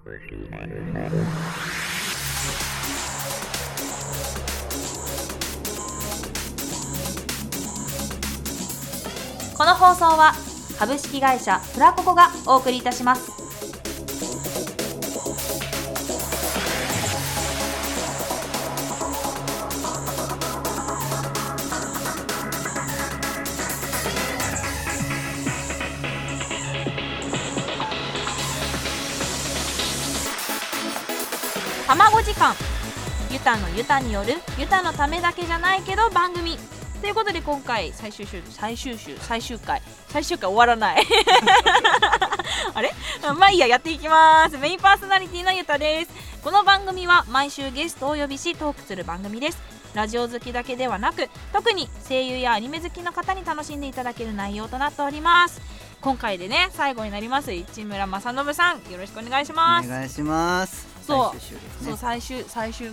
この放送は株式会社プラココがお送りいたします。卵時間、ユタのユタによるユタのためだけじゃないけど番組ということで、今回最終回終わらないあれまあいいや、やっていきます。メインパーソナリティのユタです。この番組は毎週ゲストをお呼びしトークする番組です。ラジオ好きだけではなく、特に声優やアニメ好きの方に楽しんでいただける内容となっております。今回でね、最後になります。市村正信さん、よろしくお願いします。 お願いします。 そう、最終回、市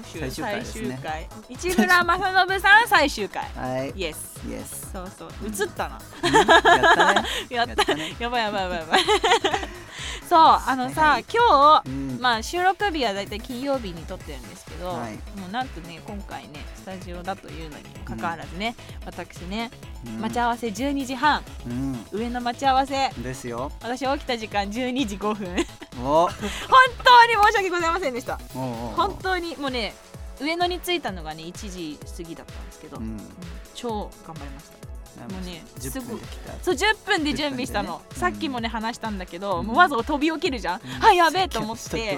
村正信さん最終回、 はい、 イエス、そうそう、映ったな、 やったねやばいそう、さ、今日、収録日はだいたい金曜日に撮ってるんですけど、もうなんとね、今回ね、スタジオだというのに関わらずね、私ね、待ち合わせ12時半、上の待ち合わせですよ。 私起きた時間12時5分本当に申し訳ございませんでした。本当にもうね、上野に着いたのがね1時過ぎだったんですけど、超頑張りました。もうね、すぐそう10分で準備したの。さっきもね話したんだけど、もうまず飛び起きるじゃん。はい、やべえと思って、で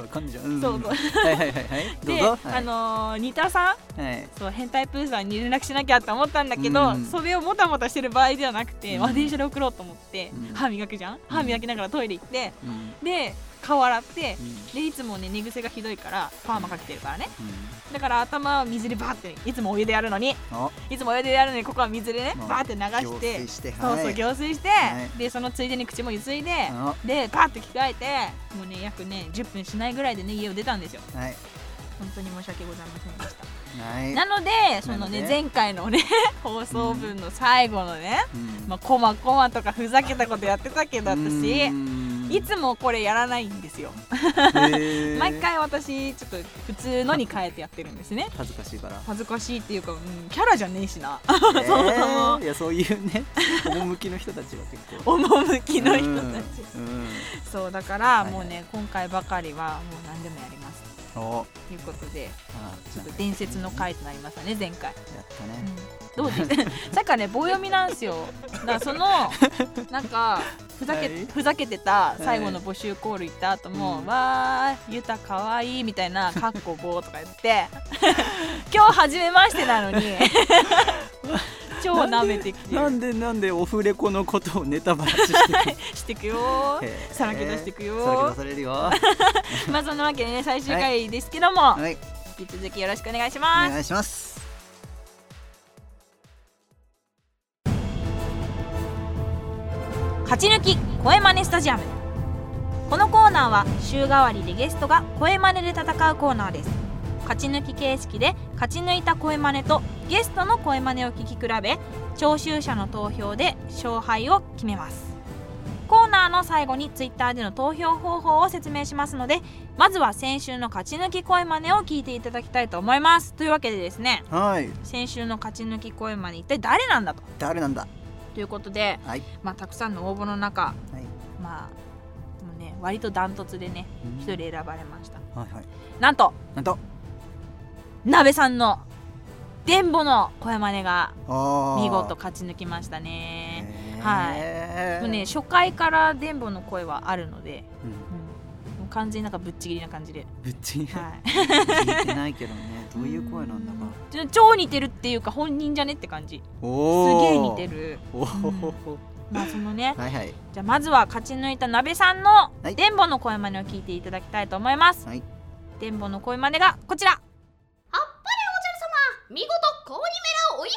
新田さん、そう変態プーさんに連絡しなきゃと思ったんだけど、それをもたもたしてる場合ではなくて、電車で送ろうと思って歯磨くじゃん。歯磨きながらトイレ行って、で顔洗って、でいつもね寝癖がひどいからパーマかけてるからね、だから頭を水でバーっていつもお湯でやるのにここは水でねバーって流して、そう浄水して、でそのついでに口もゆすいで、でパーって着替えて、もうね約ね10分しないぐらいでね家を出たんですよ。本当に申し訳ございませんでした。なのでそのね、前回のね放送分の最後のね、コマとかふざけたことやってたけど、私いつもこれやらないんですよ毎回私ちょっと普通のに変えてやってるんですね。 恥ずかしいから。 恥ずかしいっていうか、キャラじゃねえしないや、そういうね趣の人たちは結構趣の人たち、そうだからもうね、今回ばかりはもう何でもやりますということで、ちょっと伝説の回となりましたね、前回。やったね。 どうですさっきからね、棒読みなんですよ。だからそのなんかふざけてた最後の募集コール行った後も、わーゆたかわいいみたいなカッコ5とか言って今日初めましてなのに超舐めてきて、 なんでオフレコのことをネタバラシしてくよ、さらけ出してくよ、 さらけ出されるよまあそんなわけでね、最終回ですけども、引き続きよろしくお願いします。 お願いします。 勝ち抜き声真似スタジアム。このコーナーは週替わりでゲストが声真似で戦うコーナーです。勝ち抜き形式で勝ち抜いた声真似とゲストの声真似を聞き比べ、聴衆者の投票で勝敗を決めます。コーナーの最後にツイッターでの投票方法を説明しますので、まずは先週の勝ち抜き声真似を聞いていただきたいと思います。というわけでですね、先週の勝ち抜き声真似、一体誰なんだということで、たくさんの応募の中、もうね、割とダントツでね、一人選ばれました。なんと鍋さんの電ボの声真似が見事勝ち抜きましたね。もうね、初回から電ボの声はあるので、もう完全になんかぶっちぎりな感じで。 ぶっちぎり、聞いてないけどね、どういう声なんだか。 超似てるっていうか、本人じゃねって感じ。すげえ似てる。そのね、じゃあまずは勝ち抜いた鍋さんの電ボの声真似を聞いていただきたいと思います。電ボの声真似がこちら。 あっぱれおじゃる様、見事子鬼めらを追い払われました。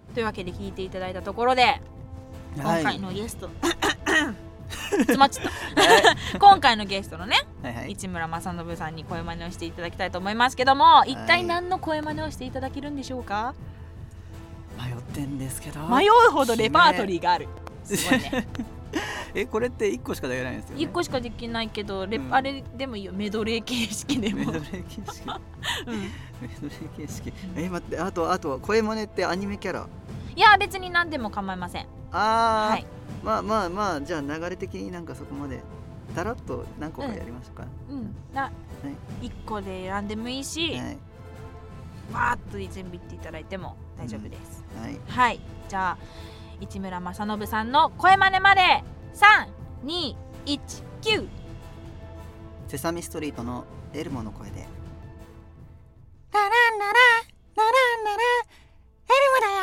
というわけで聞いていただいたところで、今回のゲスト詰まっちゃった今回のゲストのね、市村正信さんに声真似をしていただきたいと思いますけども、一体何の声真似をしていただけるんでしょうか。 迷ってんですけど、 迷うほどレパートリーがある。すごいねこれって1個しかできないんですよね。 1個しかできないけど、 んあれでもいいよ、メドレー形式でも。 メドレー形式うん、 メドレー形式待って、あと声真似ってアニメキャラ。 いや別に何でも構いません。 はい、 はい、 まあじゃあ流れ的になんかそこまでだらっと何個かやりましょうか。 1個で選んでもいいし、 はいバーッと全部言っていただいても大丈夫です。 はいはい、じゃあ市村正信さんの声真似まで3、2、1、9。 セサミストリートのエルモの声で。 ラランラララランララエルモだよ。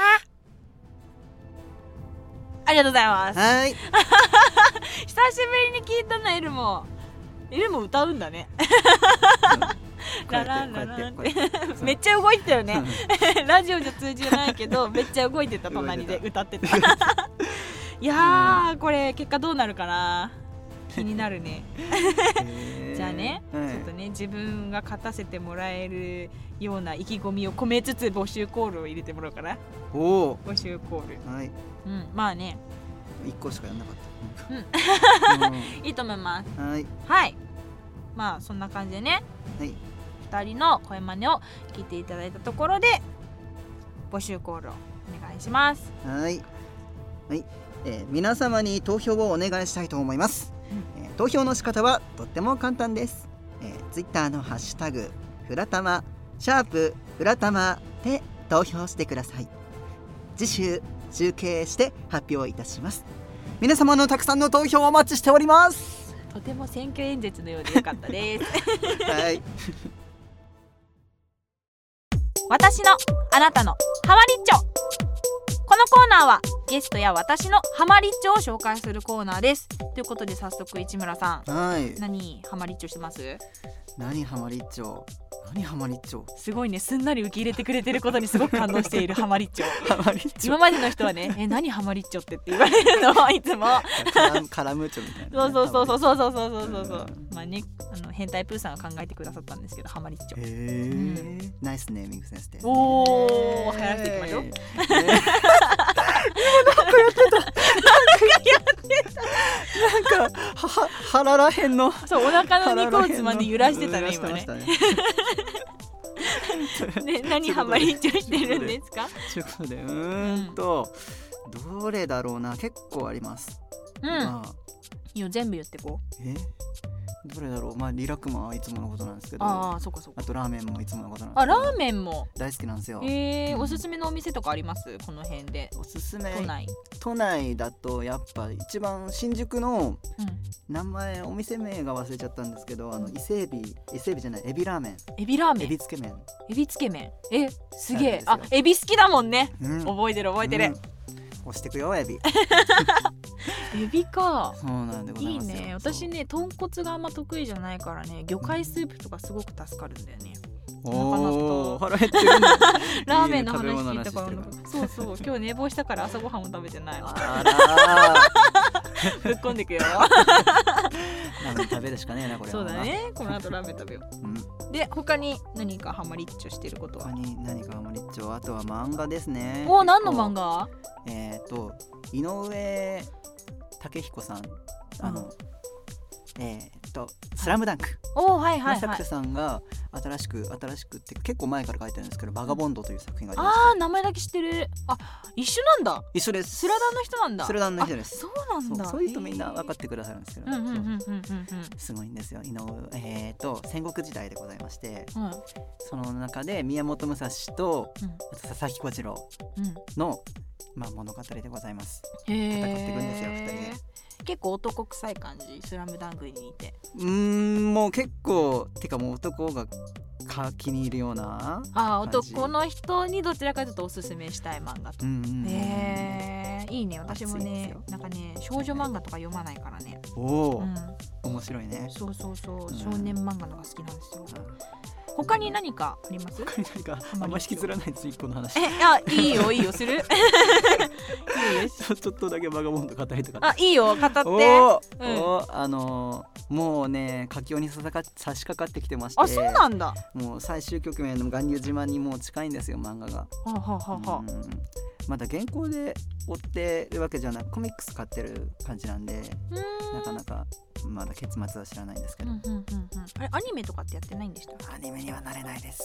ありがとうございます。 はい久しぶりに聞いたな。エルモ歌うんだね。ラランラランってめっちゃ動いてたよね。ラジオじゃ通じないけどめっちゃ動いてた、隣で歌ってた。いやー、これ結果どうなるかな、気になるね。じゃあね、ちょっとね自分が勝たせてもらえるような意気込みを込めつつ募集コールを入れてもらおうかな。募集コール、 はい、 まあね 1個しかやんなかった。 いいと思います。 はい、 まあそんな感じでね、 はい、 2人の声真似を聞いていただいたところで募集コールをお願いします。 はい、皆様に投票をお願いしたいと思います。投票の仕方はとっても簡単です。ツイッターのハッシュタグフラタマ#フラタマで投票してください。次週集計して発表いたします。皆様のたくさんの投票をお待ちしております。 とても選挙演説のようでよかったです。 はい。 私のあなたのハマリッチョ。このコーナーはゲストや私のハマリッチョを紹介するコーナーです。ということで早速市村さん、 はい、 何ハマリッチョしてます？ 何ハマリッチョすごいね、すんなり受け入れてくれてることにすごく感動しているハマリッチョ。 ハマリッチョ、 今までの人はね何ハマリッチョって言われるのいつもカラムーチョみたいな、 そうまあね、変態プーさんが考えてくださったんですけど、ハマリッチョ。 ナイスネーミングセンスで。 おー、流行らせていきましょう。 なんか腹らへんの、 そう、お腹の肉をつまんで揺らしてたね今ね。ね、何ハマリッチョしてるんですか？ ということで、どれだろうな、結構あります。 いいよ、全部言ってこう。 どれだろう。まあリラクマはいつものことなんですけど、 あとラーメンもいつものことなんですけど。 ラーメンも大好きなんですよ。 おすすめのお店とかあります？この辺で。 おすすめ、 都内だとやっぱ一番新宿の名前、お店名が忘れちゃったんですけど、伊勢エビじゃない、エビラーメン、エビつけ麺、 すげえ。エビ好きだもんね。覚えてる。押してくよ、エビ。 エビか。 そうなんでございますよ。 いいね。私ね、豚骨があんま得意じゃないからね、魚介スープとかすごく助かるんだよね。 腹減ってるんだ。 ラーメンの話聞いたから、そう今日寝坊したから朝ごはんも食べてないの。ぶっこんでくよ。 ラーメン食べるしかねえな、これは。 そうだね、この後ラーメン食べよう。で、他に何かハマリッチョしてることは？ 何かハマリッチョ、あとは漫画ですね。 何の漫画？ 井上武彦さん、スラムダンクの作者さんが新しくって結構前から書いてるんですけど、バガボンドという作品がありまして。 名前だけ知ってる。一緒なんだ。 一緒です。 スラダンの人なんだ。 スラダンの人です。 そうなんだ。 そういう人みんな分かってくださるんですけど、すごいんですよ。戦国時代でございまして、その中で宮本武蔵と佐々木小次郎の物語でございます。戦っていくんですよ、2人で。 結構男臭い感じ、スラムダンクにいて。 もう結構もう男が気に入るような男の人にどちらかというとおすすめしたい漫画と。いいね。私もね、なんかね、少女漫画とか読まないからね。 面白いね。 そう少年漫画のが好きなんですよ。 他に何かあります？ 他に何かあんまり引きずらないです1個の話。 いいよするいいよちょっとだけバガボンド語りとか。 いいよ語って。 もうね佳境に差し掛かってきてまして。 そうなんだ。 もう最終局面の巌流島にもう近いんですよ漫画が。まだ原稿で追ってるわけじゃなくコミックス買ってる感じなんで、なかなかまだ結末は知らないんですけど。 あれアニメとかってやってないんでした？ アニメにはなれないです。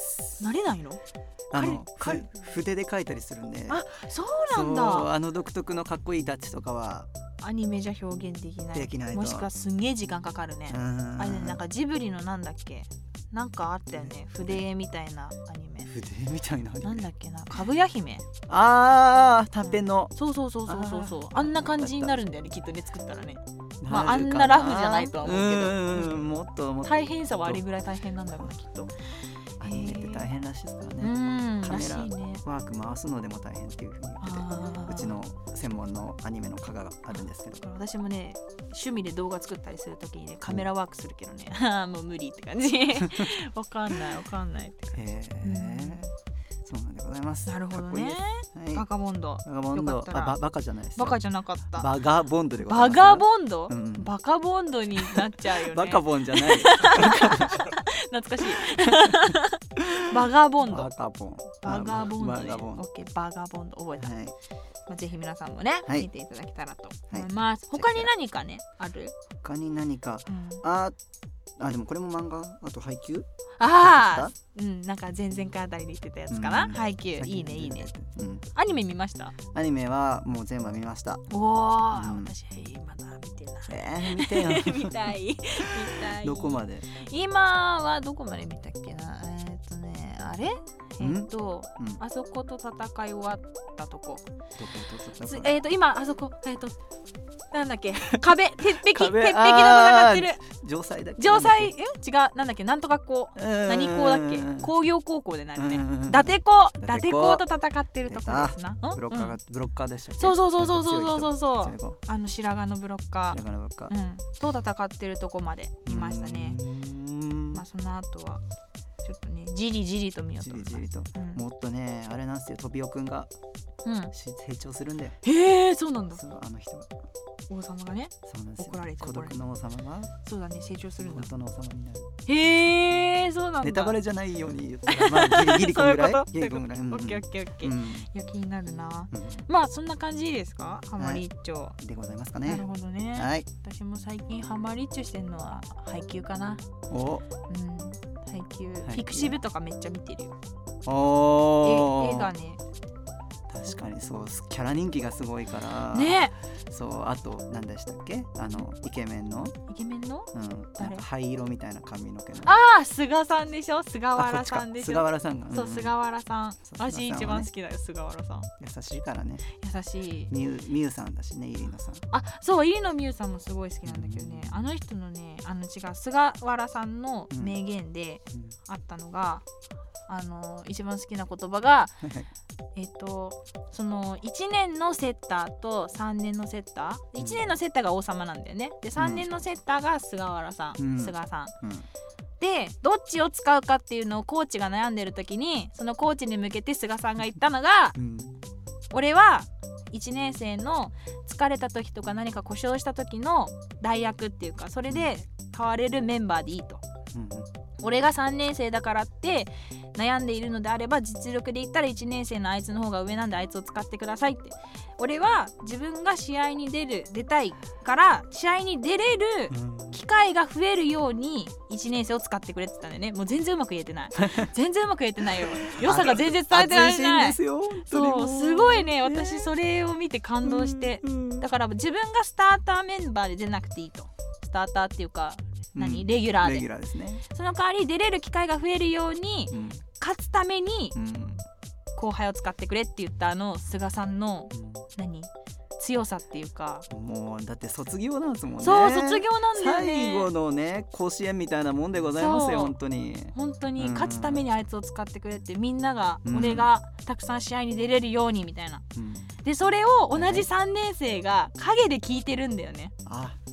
なれないの？ 筆で描いたりするんで。 そうなんだ。 独特のかっこいいタッチとかはアニメじゃ表現できない。もしくはすんげえ時間かかるね。あれね、なんかジブリのなんだっけ、なんかあったよね、筆絵みたいなアニメ。 筆みたいななんだっけな、かぐや姫。 短編の。 そうあんな感じになるんだよねきっとね、作ったらね。あんなラフじゃないとは思うけど、 もっと大変さはあれぐらい大変なんだろうなきっと。 アニメって大変らしいですからね。カメラワーク回すのでも大変っていう風に言ってて、うちの専門のアニメの科があるんですけど、 私もね趣味で動画作ったりするときにねカメラワークするけどね、もう無理って感じ。わかんないって感じ。 そうなんでございます。 なるほどね。バカボンド。 バカじゃないです。 バカじゃなかった。 バガボンドでございます。 バガボンド？バカボンドになっちゃうよね。 バカボンじゃない。 懐かしい。バガボンド。 バガボン。 オッケー、バガボンド覚えた。ぜひ皆さんもね見ていただけたらと思います。他に何かねある？ 他に何かでもこれも漫画、あと配給？ なんか前々回あたりで言ってたやつかな。配給いいね。アニメ見ました？ アニメはもう全部見ました。 私まだ見てない。 見てよ。 見たい。 どこまで？ 今はどこまで見たっけな。あれ？あそこと戦い終わったとこ。今あそこなんだっけ、壁鉄壁で戦ってる。 城西だっけ？ 違う、なんだっけ、なんとか校、何校だっけ、工業高校でなるね。伊達校と戦ってるとこですな。 ブロッカーでしたっけ？ そう白髪のブロッカーと戦ってるとこまで見ましたね。その後はちょっとねじりと見ようと。 もっとねあれなんですよ、トビオくんが成長するんだよ。 そうなんだ。 あの人が王様がね、怒られて孤独の王様がそうだね、成長するんだ。 本当の王様になる。 そうなんだ。 ネタバレじゃないように言ったらギリこんぐらい。 オッケー、気になるな。そんな感じいいですか？ハマリ一丁でございますかね。 なるほどね。私も最近ハマリ一丁してるのは配給かな。配給ピクシブとかめっちゃ見てるよ。絵がね、 確かにそう、キャラ人気がすごいからね。 あと何でしたっけ、イケメンのなんか灰色みたいな髪の毛の菅さんでしょ。菅原さんでしょ。 菅原さんがそう、菅原さん。私一番好きだよ、菅原さん。 優しいからね。 優しい。 みゆさんだしね、入野さん。 そう、入野みゆさんもすごい好きなんだけどね、あの人のね、菅原さんの名言であったのが、一番好きな言葉がその1年のセッターと3年のセッター、1年のセッターが王様なんだよね。で3年のセッターが菅原さん、菅さん、でどっちを使うかっていうのをコーチが悩んでる時に、そのコーチに向けて菅さんが言ったのが、俺は1年生の疲れた時とか何か故障した時の代役っていうか、それで代われるメンバーでいいと。俺が3年生だからって悩んでいるのであれば、実力で言ったら1年生のあいつの方が上なんであいつを使ってくださいって。俺は自分が試合に出たいから試合に出れる機会が増えるように1年生を使ってくれって言ったんだよね。もう全然うまく言えてない全然うまく言えてないよ。良さが全然伝えてられない。そうすごいね、私それを見て感動して、だから自分がスターターメンバーで出なくていいと。スターターっていうかレギュラーで、 ですね。 その代わり出れる機会が増えるように、勝つために後輩を使ってくれって言った菅さんの、強さっていうか、 もうだって卒業なんですもんね。 そう、卒業なんだよね。 最後のね甲子園みたいなもんでございますよ。本当に勝つためにあいつを使ってくれって、みんなが、俺がたくさん試合に出れるようにみたいな、でそれを同じ3年生が陰で聞いてるんだよね。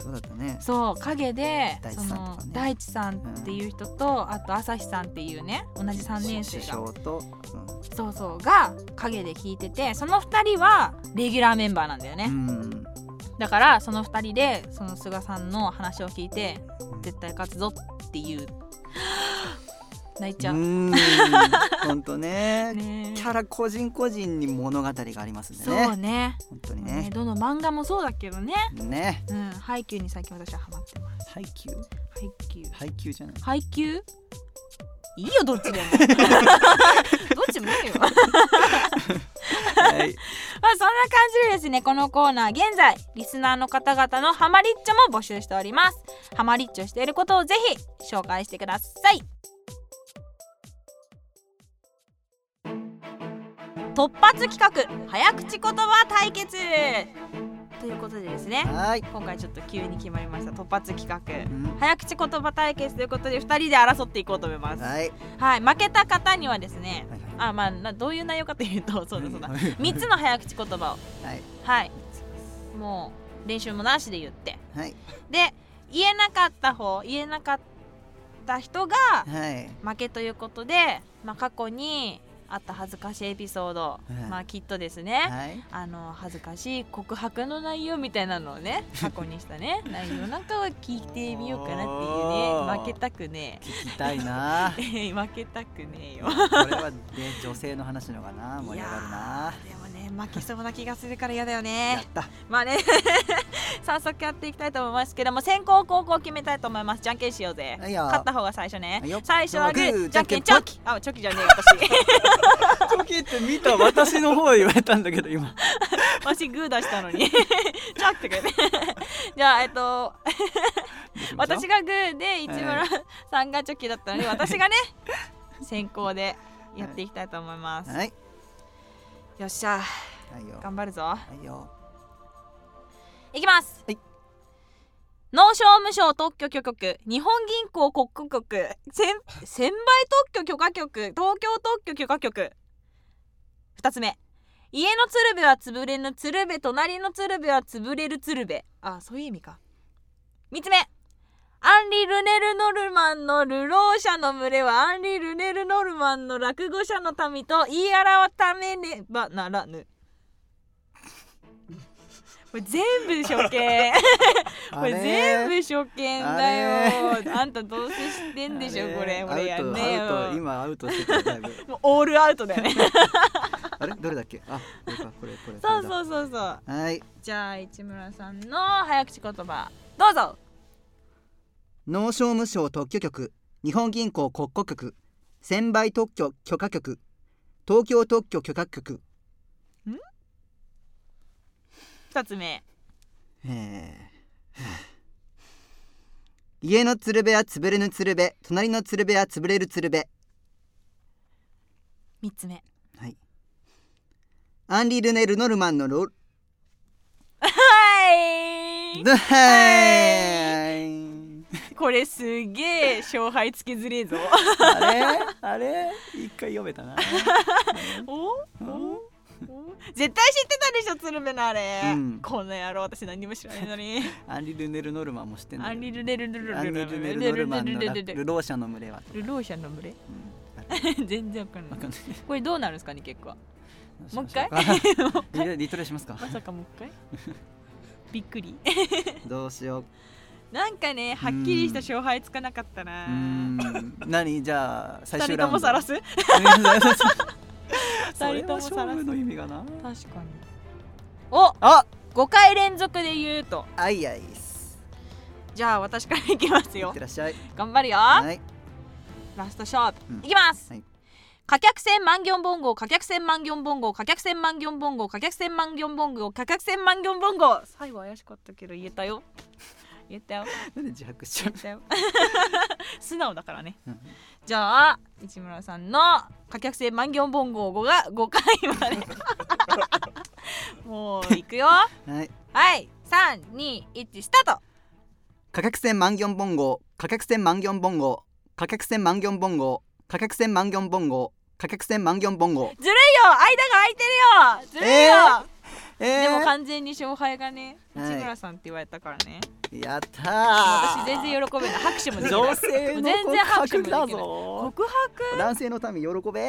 そうだったね。 そう陰で大地そのさんとかね大地さんっていう人と、あと朝日さんっていうね同じ3年生首が相と、 そうそうが陰で聞いてて、その2人はレギュラーメンバーなんだよね、だからその2人でその菅さんの話を聞いて絶対勝つぞっていう泣いちゃう。 ほんとねねキャラ個人個人に物語がありますんでね。 そうね本当にね。 どの漫画もそうだけどね。 ね。 ハイキューに最近私はハマってます。 ハイキュー？ハイキューじゃない。 ハイキュー？いいよどっちでも。どっちもいいよ。はい。まあそんな感じでですね、このコーナー現在リスナーの方々のハマリッチョも募集しております。ハマリッチョしていることをぜひ紹介してください。突発企画早口言葉対決ということでですね、今回ちょっと急に決まりました突発企画、早口言葉対決ということで2人で争っていこうと思います。はい、負けた方にはですね、どういう内容かというと、そうだ3つの早口言葉をもう練習もなしで言って、で言えなかった人が負けということで、過去にあった恥ずかしいエピソード、きっとですね、恥ずかしい告白の内容みたいなのをね過去にしたね内容なんかは聞いてみようかなっていうね。負けたくねえ。聞きたいな。負けたくねえよ。これはね女性の話のかな、盛り上がるな。 でもね負けそうな気がするから嫌だよね。 やった。 まあね早速やっていきたいと思いますけども、先攻後攻決めたいと思います。じゃんけんしようぜ。勝った方が最初ね。最初はグー、じゃんけんチョキ。チョキじゃねえ私。 チョキって見た私の方言われたんだけど今私グー出したのにチョキってくれてじゃあ私がグーで市村さんがチョキだったので、私がね先行でやっていきたいと思います。よっしゃ頑張るぞ。いきます。農商務省特許許可局、日本銀行国庫局、専売特許許可局、東京特許許可局。2つ目、家の鶴瓶は潰れぬ鶴瓶、隣の鶴瓶は潰れる鶴瓶。そういう意味か。3つ目、アンリ・ルネル・ノルマンの流浪者の群れはアンリ・ルネル・ノルマンの落語者の民と言い表ためねばならぬ。これ全部初見これ全部初見だよ。あんたどうせ知ってんでしょこれ。俺やんねえよ。 今アウトしてた。だいぶもうオールアウトだよねあれどれだっけ。これかこれ。 そうはい。じゃあ市村さんの早口言葉どうぞ。 農商務省特許局、日本銀行国庫局、専売特許許可局、東京特許許可局。 2つ目、 家の鶴瓶は潰れぬ鶴瓶、隣の鶴瓶は潰れる鶴瓶。 3つ目、 アンリ・ルネル・ノルマンのこれすげえ勝敗つけずれえぞあれ一回読めたな絶対知ってたでしょ鶴瓶のあれ、この野郎私何も知らないのにアンリ・ルネル・ノルマンも知ってんだよ。 アンリ・ルネル・ノルマンの流浪者の群れは流浪者の群れ全然わかんない。これどうなるんですかね結構。もう一回リトライしますか。 まさかもう一回びっくりどうしよう。 なんかねはっきりした勝敗つかなかったな。 何じゃあ最終ラウンド 2人ともさらす2人ともさらすの意味がな。 確かに。5回連続で言うと。じゃあ私からいきますよ。 いってらっしゃい。 頑張るよ。ラスト勝負、いきます。貨客船万行本号、貨客船万行本号、貨客船万行本号、貨客船万行本号、貨客船万行本号。最後怪しかったけど言えたよ。 なんで自白しちゃう。 素直だからね。じゃあ市村さんの貨客船万行本号が5回までもういくよ。はい、3、2、1スタート。 貨客船万行本号、貨客船万行本号、貨客船万行本号、貨客船万行本号、貨客船万行本号。 ずるいよ、間が空いてるよ。ずるいよ。 でも完全に勝敗がねはい内村さんって言われたからね、 やったー。 私全然喜べない。拍手もできない。 女性の全然拍手もできない告白だぞ。 告白男性のため喜べ。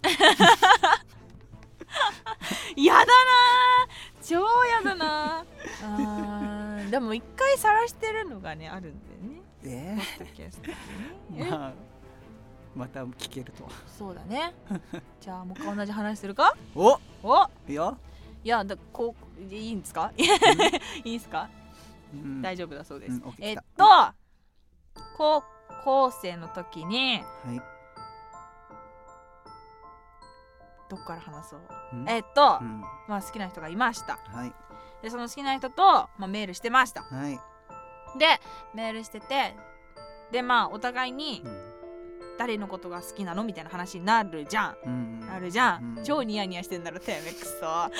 やだなー、超やだなー。でも一回晒してるのがねあるんだよね、ポッドキャストでね。 まあまた聞けると。 そうだね。じゃあもう一回同じ話するか。 おお、 いや、 いやだこういいんですかいいですか、 うん大丈夫だそうです。 オッケー来た高校生の時にはいどっから話そう。 うんまあ好きな人がいました。 はいでその好きな人と、まあ、メールしてました。 はいでメールしてて、でまあお互いにうん誰のことが好きなのみたいな話になるじゃん、 うんあるじゃん、 うん超ニヤニヤしてんだろてめえクソ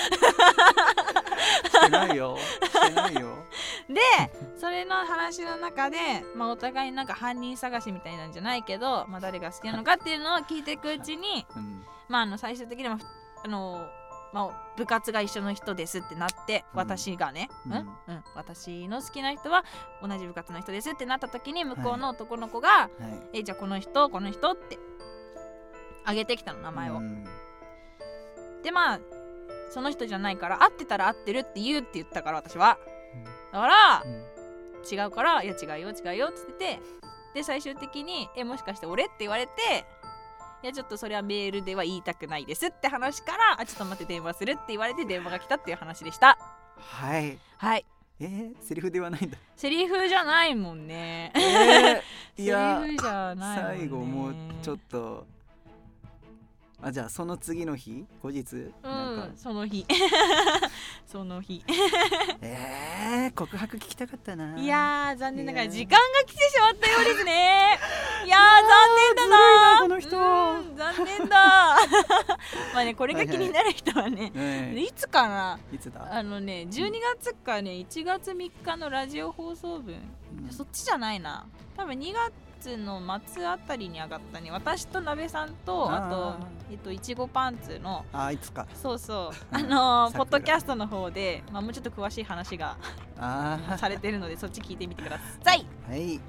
してないよしてないよ。 でそれの話の中で、まあ、お互いなんか犯人探しみたいなんじゃないけど、まあ、誰が好きなのかっていうのを聞いていくうちにうんまあ最終的にはまあ、部活が一緒の人ですってなって、 うん私がね、私の好きな人は同じ部活の人ですってなった時に向こうの男の子が、 はいじゃあこの人ってあげてきたの名前を、 うんでまあその人じゃないから合ってたら合ってるって言うって言ったから私はだからうん違うからいや違うよって言ってて、で最終的にもしかして俺って言われて、いやちょっとそれはメールでは言いたくないですって話から、ちょっと待って電話するって言われて電話が来たっていう話でした。 はいはい、 セリフではないんだ。 セリフじゃないもんね。 いやセリフじゃないもんね。 最後もうちょっとじゃあその次の日後日なんかその日その日告白聞きたかったな。 いやー残念ながら時間が来てしまったようですね。いやー残念だなこの人。 残念だまあねこれが気になる人はね、いつかな、 いつだ 12月かね1月3日のラジオ放送分、そっちじゃないな、多分2月の末あたりに上がったね。私と鍋さんとあといちごパンツのいつかそうポッドキャストの方で、まあ、もうちょっと詳しい話がされてるのでそっち聞いてみてください。 はい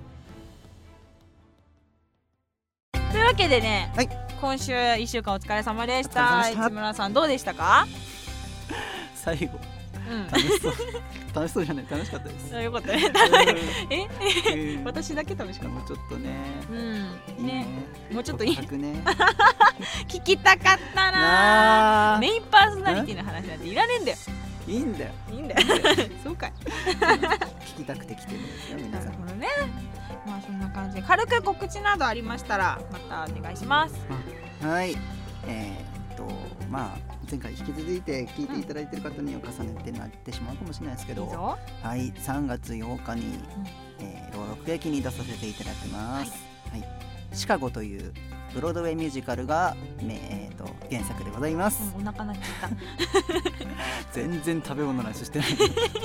というわけでね、 はい、 今週1週間お疲れ様でした。市村さんどうでしたか？ 最後楽しそうじゃない、楽しかったです。 よかったね。私だけ楽しかった。 もうちょっとね、 いいね、もうちょっといいね聞きたかったな。メインパーソナリティの話なんていらねえんだよ。 いいんだよそうかい聞きたくて来てるんですよ皆さん。 なるほどね。まあそんな感じで軽く告知などありましたらまたお願いします。 はい、まあ前回引き続いて聞いていただいている方には重ねてなってしまうかもしれないですけど、はい、3月8日に、朗読劇に出させていただきます。はい、シカゴというブロードウェイミュージカルが、原作でございます。 お腹鳴っちゃった全然食べ物の話してないはい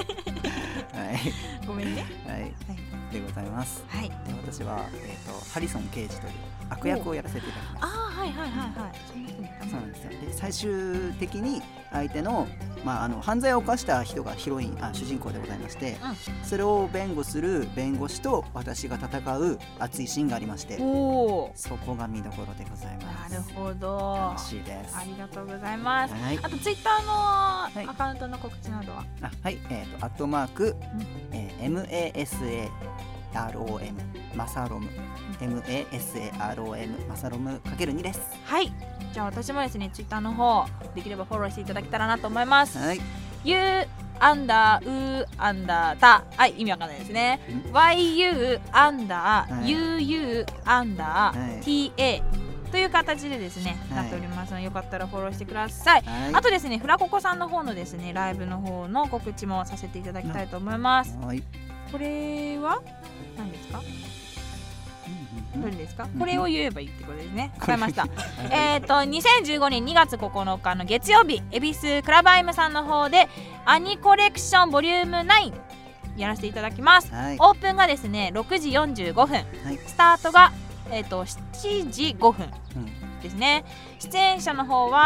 ごめんね。 はいでございます。で私は、ハリソン刑事という悪役をやらせていただきます。そうなんですよ。で最終的に相手の、犯罪を犯した人が主人公でございまして、それを弁護する弁護士と私が戦う熱いシーンがありまして、そこが見どころでございます。 なるほど、 楽しいです。 ありがとうございます。あとツイッターのアカウントの告知などは、 アットマーク、MASAROM マサロム MASAROM マサロム ×2 です。はい、 じゃあ私もですねツイッターの方できればフォローしていただけたらなと思います。U アンダーうアンダーた、意味わかんないですね。YU アンダー UU アンダー TA という形でですね、なっておりますのでよかったらフォローしてください。あとですねフラココさんの方のですねライブの方の告知もさせていただきたいと思います。これは何ですか？どれですか？これを言えばいいってことですね。わかりました。2015年2月9日の月曜日、恵比寿クラブアイムさんの方でアニコレクションボリューム9やらせていただきます。オープンがですね6時45分、スタートが7時5分ですね。出演者の方は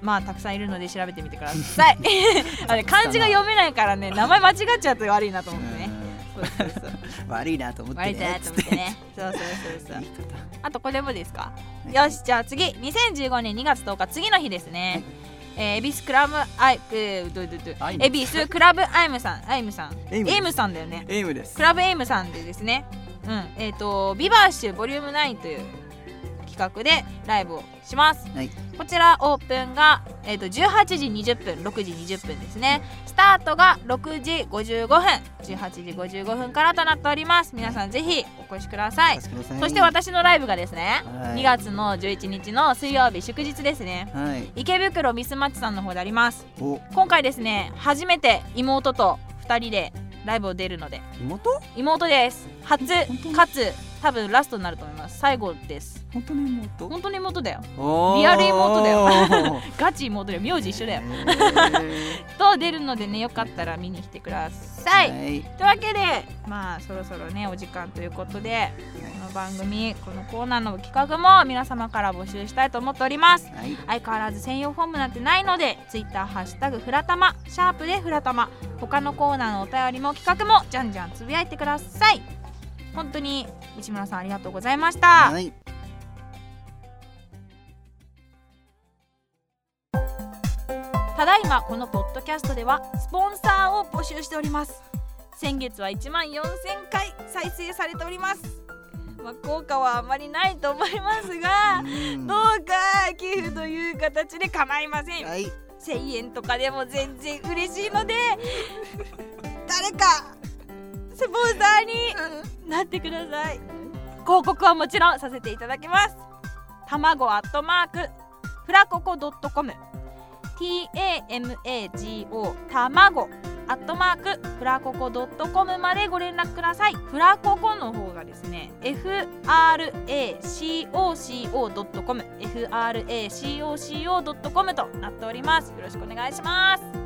まあたくさんいるので調べてみてくださいあれ漢字が読めないからね、名前間違っちゃうと悪いなと思ってね。そう悪いなと思ってね。 悪いなと思ってね。そう言い方あとこれもですか、 はいよし、じゃあ次2015年2月10日次の日ですね、恵比寿クラブアイ恵比寿クラブアイムさんエイムさんだよね。 エイムです。 クラブエイムさんでですね、ビバッシュボリューム9という企画でライブをします、 はい、 こちらオープンが、18時20分6時20分ですね。スタートが6時55分18時55分からとなっております。皆さんぜひお越しください。そして私のライブがですね、 はい、 2月の11日の水曜日祝日ですね、はい、池袋ミスマッチさんの方であります。今回ですね、初めて妹と2人でライブを出るので。妹です。初かつ多分ラストになると思います。最後です。本当に妹だよ。リアル妹だよガチ妹だよ。名字一緒だよと出るのでね、よかったら見に来てください、はい、というわけでまあそろそろねお時間ということで、この番組このコーナーの企画も皆様から募集したいと思っております、はい、相変わらず専用フォームなんてないので Twitter ハッシュタグフラタマシャープでフラタマ、他のコーナーのお便りも企画もじゃんじゃんつぶやいてください。本当に市村さんありがとうございました、はい、ただいまこのポッドキャストではスポンサーを募集しております。先月は1万4000回再生されております。効果はあまりないと思いますが、どうか寄付という形で構いません、はい、1000円とかでも全然嬉しいので誰かスポンサーになってください。広告はもちろんさせていただきます。卵@フラココ .com TAMAGO 卵フラココ .com までご連絡ください。フラココの方がですね FRACOCO.com FRACOCO.com となっております。よろしくお願いします。